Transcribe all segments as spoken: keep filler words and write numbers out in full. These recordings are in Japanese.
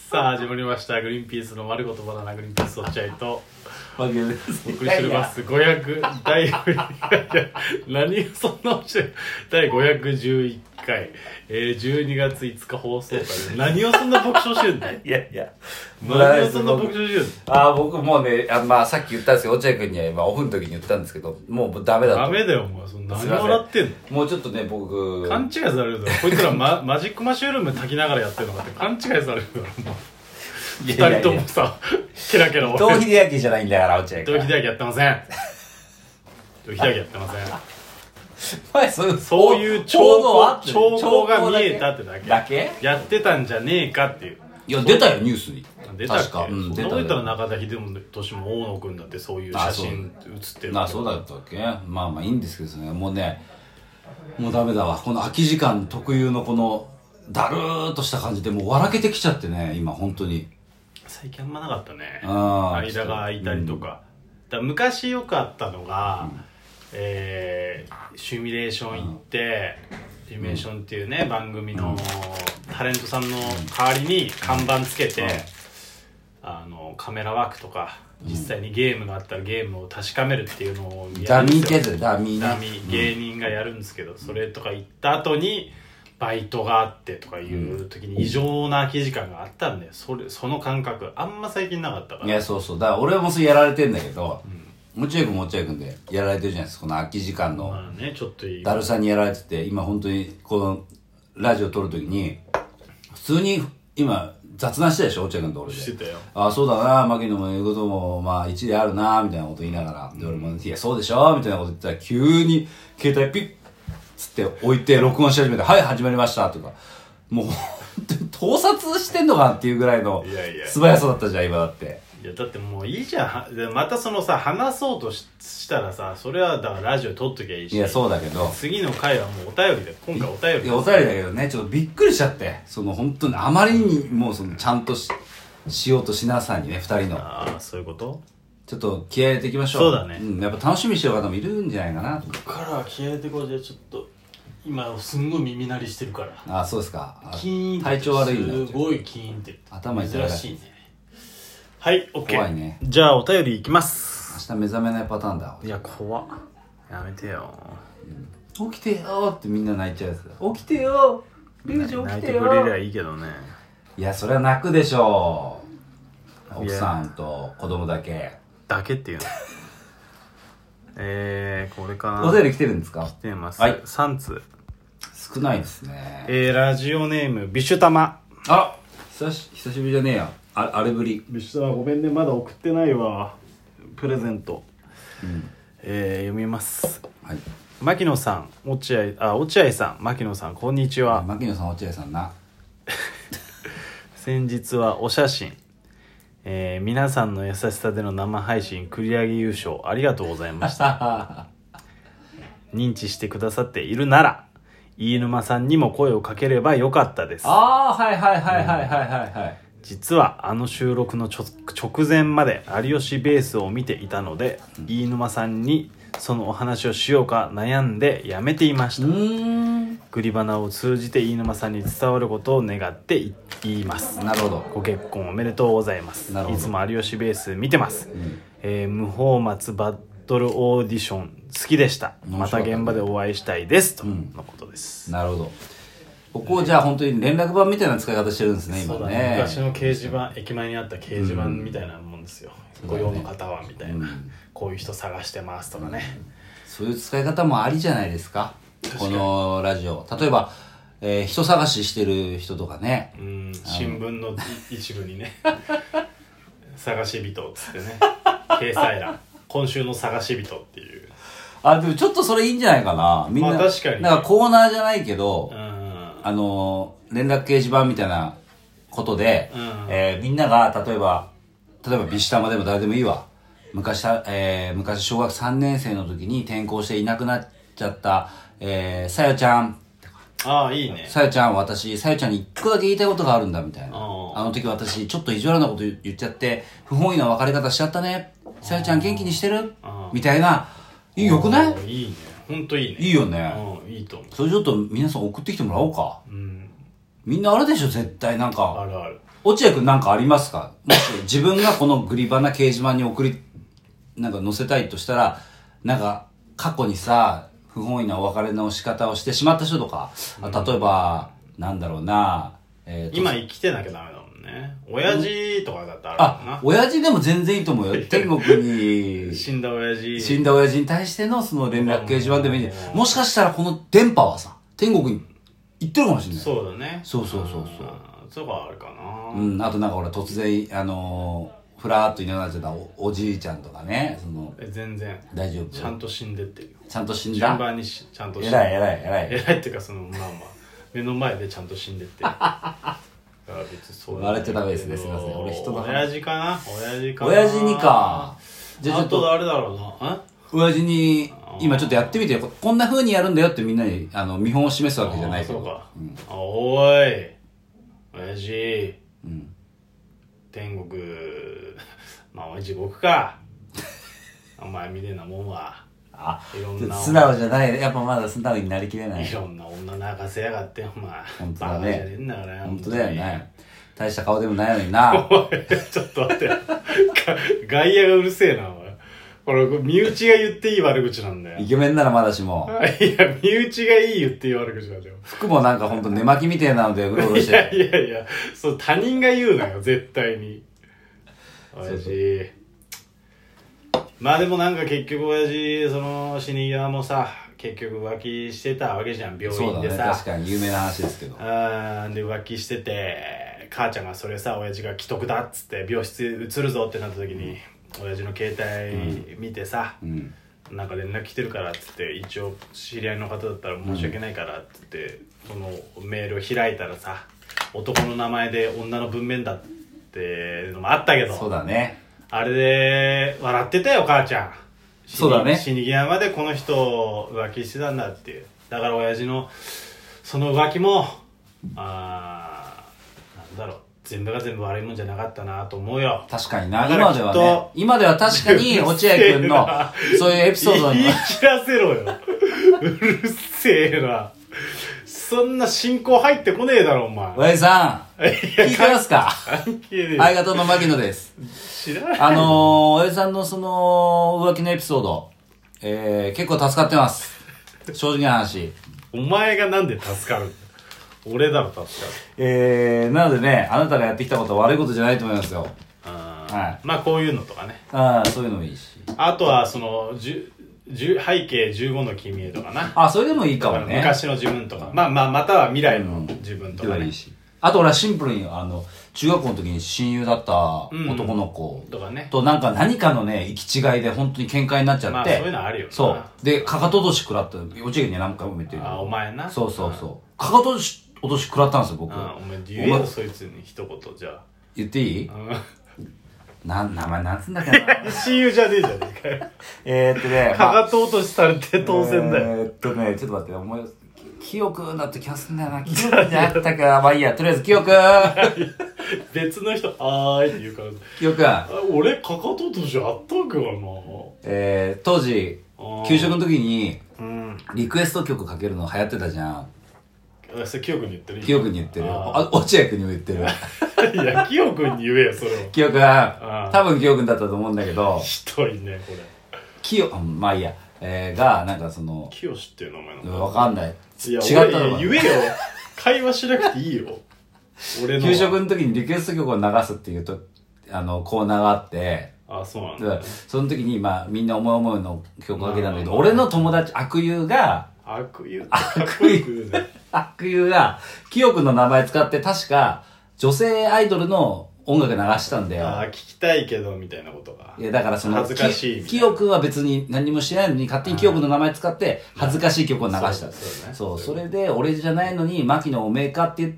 さあ始まりましたグリーンピースの丸ごとバナナグリーンピース落合とわけですお送りしておりますごひゃくだい何がそんな面白いだいごひゃくじゅういっかい、えー、じゅうにがついつか放送回で何をそんな爆笑してんのいやいや何をそんな爆笑してんのああ僕もうねあ、まあ、さっき言ったんですけど落合君には今オフの時に言ったんですけどもうダメだとダメだよお前そんな何笑ってんのもうちょっとね僕勘違いされるだろこいつら、ま、マジックマッシュルーム炊きながらやってるのかって勘違いされるだろもう二人ともさケラケラ伊藤英明じゃないんだから落合君伊藤英明やってません伊藤英明やってません前そういうそういう兆候兆候が見えたってだけだけやってたんじゃねえかっていういや出たよニュースに出たっけ確か、うん、 そんなこと言ったら中田秀俊も大野君だってそういう写真写ってるあそうだったっけまあまあいいんですけどねもうねもうダメだわこの空き時間特有のこのだるーっとした感じでもう笑けてきちゃってね今本当に最近あんまなかったねあ間が空いたりとか、うん、だから昔よくあったのが、うんえー、シミュレーション行って、うん、シミュレーションっていうね、うん、番組のタレントさんの代わりに看板つけて、うん、あのカメラワークとか実際にゲームがあったらゲームを確かめるっていうのをやるんですよ。ダミーってやつダミーねダミー芸人がやるんですけど、うん、それとか行った後にバイトがあってとかいう時に異常な空き時間があったんで、それその感覚あんま最近なかったから。 いやそうそうだから俺もそうやられてんだけど、うん、落合君も落合君でやられてるじゃないですかこの空き時間のだるさにやられてて今本当にこのラジオ撮る時に普通に今雑談してたでしょ落合君と俺でしてたよああそうだな牧野も言うこともまあ一理あるなみたいなこと言いながら、うん、で俺もいやそうでしょみたいなこと言ったら急に携帯ピッつって置いて録音し始めてはい始まりましたとかもう本当に盗撮してんのかっていうぐらいの素早さだったじゃん今だっていやだってもういいじゃんまたそのさ話そうと し, したらさそれはだからラジオ撮っときゃいいしいやそうだけど次の回はもうお便りで今回お便りいやお便りだけどねちょっとびっくりしちゃってその本当にあまりにもうそのちゃんと し, しようとしなさにねふたりのああそういうことちょっと気合い入れていきましょうそうだね、 うん、やっぱ楽しみにしてる方もいるんじゃないかなここからは気合い入れてこうじゃちょっと今すんごい耳鳴りしてるからああそうですかキーンって体調悪いんだすごいキーンって頭痛い珍しいねはい OK 怖いねじゃあお便りいきます明日目覚めないパターンだいや怖っやめてよ、 うん、起きてよってみんな泣いちゃうやつ起きてよリュウジ起きてよ泣いてくれりゃいいけどねいやそれは泣くでしょう奥さんと子供だけだけっていうのえーこれかなお便り来てるんですか来てますはいさん通少ないですねえーラジオネームビシュタマあ久し久しぶりじゃねえやああれぶりビシュタマごめんねまだ送ってないわプレゼント、 うんえー、読みますはい牧野さん落合あ落合さん牧野さんこんにちは牧野さん落合さんな先日はお写真、えー、皆さんの優しさでの生配信繰り上げ優勝ありがとうございました認知してくださっているなら飯沼さんにも声をかければよかったですああはいはいはいはいはいはいはい実はあの収録のちょ直前まで有吉ベースを見ていたので、うん、飯沼さんにそのお話をしようか悩んでやめていましたうーんグリバナを通じて飯沼さんに伝わることを願って言いますなるほどご結婚おめでとうございますいつも有吉ベース見てます、うんえー、無法松バトルオーディション好きでしたまた現場でお会いしたいです、うん、とのことですなるほどここをじゃあ本当に連絡板みたいな使い方してるんですね今ね。 そうだね昔の掲示板駅前にあった掲示板みたいなもんですよ、うん、ご用の方はみたいな、うん、こういう人探してますとかね、 うん、そういう使い方もありじゃないですかこのラジオ例えば、えー、人探ししてる人とかねうん新聞の一部にね探し人っつってね掲載欄今週の探し人っていうあでもちょっとそれいいんじゃないかなみんな、 まあ、確かになんかコーナーじゃないけど、 うんあの連絡掲示板みたいなことで、 うんえー、みんなが例えば例えばビシタマでも誰でもいいわ昔、えー、昔小学さんねん生の時に転校していなくなっちゃったえー、さよちゃんああいいねさよちゃん私さよちゃんに一個だけ言いたいことがあるんだみたいなあの時私ちょっと意地悪なこと言っちゃって不本意な別れ方しちゃったねさよちゃん元気にしてるみたいないいよくないいいねほんといいねいいよねうんいいと思うそれちょっと皆さん送ってきてもらおうかうんみんなあるでしょ絶対なんかあるある落合くんなんかありますか？もし自分がこのグリバナ掲示板に送り、なんか載せたいとしたら、なんか過去にさ、不本意なお別れの仕方をしてしまった人とか、うん、例えば、なんだろうな、 えー、今生きてなきゃダメだもんね。親父とかだったらあるかな。 あ、親父でも全然いいと思うよ。天国に。 死んだ親父。 死んだ親父に対してのその連絡掲示板でもいいんじゃない。もしかしたらこの電波はさ、天国に行ってるかもしれない。 そうだね。 そうそうそうそう。 そうかあるかな。 うん、あとなんかほら突然、あのー、ふらーっといなくなっちゃった お, おじいちゃんとかね、その。 え、全然。 大丈夫。 ちゃんと死んでってるよ。 ちゃんと死んだ。 順番にしちゃんと死んで。 偉い偉い偉い。 偉いっていうかその、まあまあ、目の前でちゃんと死んでってる。別にそう笑っちゃダメですね、すいません。俺人の親父かな親父かな親父にか。 じゃあちょっとあれだろうな。 親父に、今ちょっとやってみてよ。こんな風にやるんだよってみんなに、あの、見本を示すわけじゃないけど。 そうか。うん、おーい。親父。うん。天国、まあ、地獄か。お前みたいなもんは。 あ、いろんな素直じゃない。やっぱまだ素直になりきれない。 いろんな女泣かせやがって、お前。 本当だね。 バカじゃねえんだから。 本当だよね。大した顔でもないのにな。 おい、ちょっと待って。外野がうるせえな、お前。これ、身内が言っていい悪口なんだよ。 イケメンならまだしも。 いや、身内がいい言っていい悪口なんだよ。 服もなんかほんと寝巻きみたいなのでうろうろしてる。 いやいやいや、そう、他人が言うなよ、絶対に。親父。まあでもなんか結局親父、その死に際もさ、結局浮気してたわけじゃん、病院でさ。 そうだね、確かに有名な話ですけど。 あで、浮気してて、母ちゃんがそれさ、親父が既得だっつって病室移るぞってなった時に、うん、親父の携帯見てさ、うん、なんか連絡来てるからっつって、一応知り合いの方だったら申し訳ないからっつって、そのメールを開いたらさ、男の名前で女の文面だっていうのもあったけど。 そうだね。 あれで笑ってたよ母ちゃん。 そうだね。 死に際までこの人浮気してたんだっていう。だから親父のその浮気もあーなんだろう、全部が全部悪いもんじゃなかったなと思うよ。 確かにな。今ではね、今では確かに落合くんのそういうエピソードに言い切らせろよ。うるせえな。そんな進行入ってこねえだろお前。 親父さん聞いてますか？相方の牧野です。 知らない。 あのー、親父さんのその浮気のエピソード、えー、結構助かってます。正直な話。 お前がなんで助かる？俺だろ助かる。 えー、なのでね、あなたがやってきたことは悪いことじゃないと思いますよ。 あ、はい、まあこういうのとかね。 ああ、そういうのもいいし。 あとはそのじゅ背景じゅうごの君へとかな。 あ、それでもいいかもね。 昔の自分とか。まあまあ、または未来の自分とかね。うん、いいし。 あと俺はシンプルに、あの、中学校の時に親友だった男の子と、かね、となんか何かのね、行き違いで本当に喧嘩になっちゃって。まあそういうのあるよな。そう。 で、かかと落とし食らった。落ちに何回も言ってる。 あ、お前な。 そうそうそう。かかと落とし食らったんですよ、僕。 あ、お前言えよ、そいつに一言じゃあ。 言っていい？な、名前なんつんだっけな。 親友じゃねえじゃねえかよ。 えーっとね。 かかと落としされて当然だよ。 えーっとね、ちょっと待って、思い出す。キヨくんだって気がすんだよな。キヨくんじゃなかったか。まあいいや、とりあえずキヨくん。 別の人、あーいって言うから。 キヨくん。 俺、かかと落としあったんかな。 えー、当時、給食の時に、リクエスト曲かけるの流行ってたじゃん。 それ、キヨくんに言ってる？ キヨくんに言ってる。あ、落合くんにも言ってる。 いや、キヨくんに言えよ、それを。 キヨくん。多分キヨくんだったと思うんだけど。 ひどいね、これ。 キヨ、まあいいや。えー、が、なんかその。 キヨシっていう名前なの？ わかんない。 いや、違ったのか。言えよ。会話しなくていいよ。俺の。 給食の時にリクエスト曲を流すっていうと、あの、コーナーがあって。 あ、そうなんだ、ね。 その時に、まあ、みんな思い思いの曲をかけたんだけど、俺の友達、悪友が、 悪友悪友、悪友が、キヨくんの名前使って確か、女性アイドルの音楽流したんだよ。 ああ、聞きたいけど、みたいなことが。 いや、だからその、 恥ずかしい。 キヨくんは別に何もしてないのに、勝手にキヨくんの名前使って、恥ずかしい曲を流した。そう、そうね、そう、それで、俺じゃないのに、牧野おめえかって言って、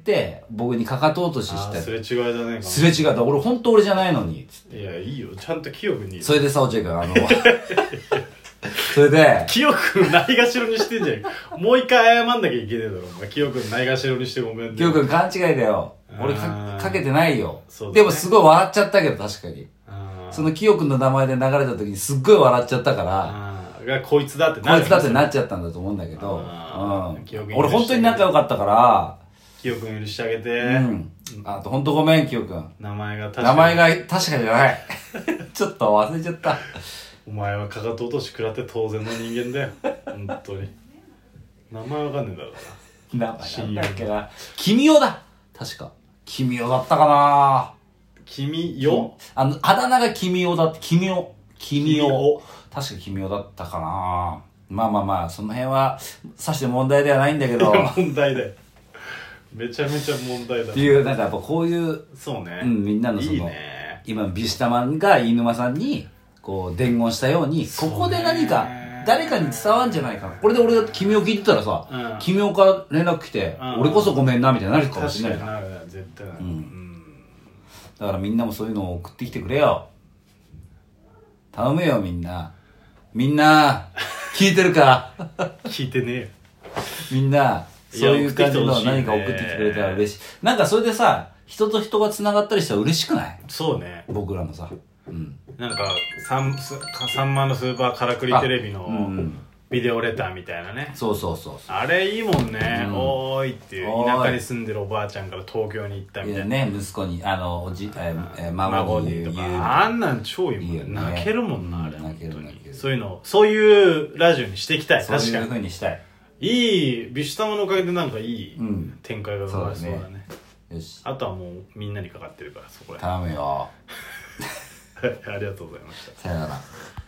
僕にかかと落としした。 すれ違いだね。 すれ違いだ。俺、本当俺じゃないのに。 いや、いいよ。ちゃんとキヨくんに。 それでさ、落合君、あの、それで、 キヨくんないがしろにしてんじゃん。もう一回謝んなきゃいけねえだろ。お前キヨくんないがしろにしてごめんね。 キヨくん勘違いだよ。俺か、かけてないよ。ね、でもすごい笑っちゃったけど、確かに。そのキヨくんの名前で流れた時にすっごい笑っちゃったから、 がこいつだってなっちゃった。こいつだってなっちゃったんだと思うんだけど、うん。俺本当に仲良かったから、 きよくん許してあげて、 うん、あとほんとごめんきよくん、 名前が確か名前が確かじゃないちょっと忘れちゃった。 お前はかかと落とし食らって当然の人間だよ本当に名前わかんねえんだから名前なんだっけな、君代だ確か、君代だったかな。 君よ、 あのあだ名が君代だって、君代君代確か君代だったかな。まあまあまあその辺はさして問題ではないんだけど問題だよ、めちゃめちゃ問題だっていう、なんかやっぱこういう、 そうね、 うん、みんなのそのいいね、 今ビシュタマンが飯沼さんにこう伝言したように、ここで何か誰かに伝わるんじゃないかな。これで俺が君を聞いてたらさ、うん、君をから連絡来て、うん、俺こそごめんなみたいになるかもしれないじゃん。 確かになる、絶対なる、うんうん、 だからみんなもそういうのを送ってきてくれよ、頼むよ。みんなみんな聞いてるか聞いてねえよみんなそういう感じの何か送ってきてくれたら嬉しい。なんかそれでさ、人と人が繋がったりしたら嬉しくない？ そうね、 僕らもさ、うん、 なんかサンサンマのスーパーからくりテレビのビデオレターみたいなね、 そうそうそうそう、 あれいいもんね、うん、おーいっていう、田舎に住んでるおばあちゃんから東京に行ったみたいな、いやね、息子にあのおじ、えー、孫に言うとか、あんなん超いいもん、 いいよね、 泣けるもんな、あれ、 泣ける泣ける。 そういうの、そういうラジオにしていきたい。確かにそういう風にしたい。 いいビシュタマのおかげでなんかいい展開が生まれそうだね、 うん、そうだね。よし、 あとはもうみんなにかかってるから、そこら頼むよありがとうございました。 さよなら。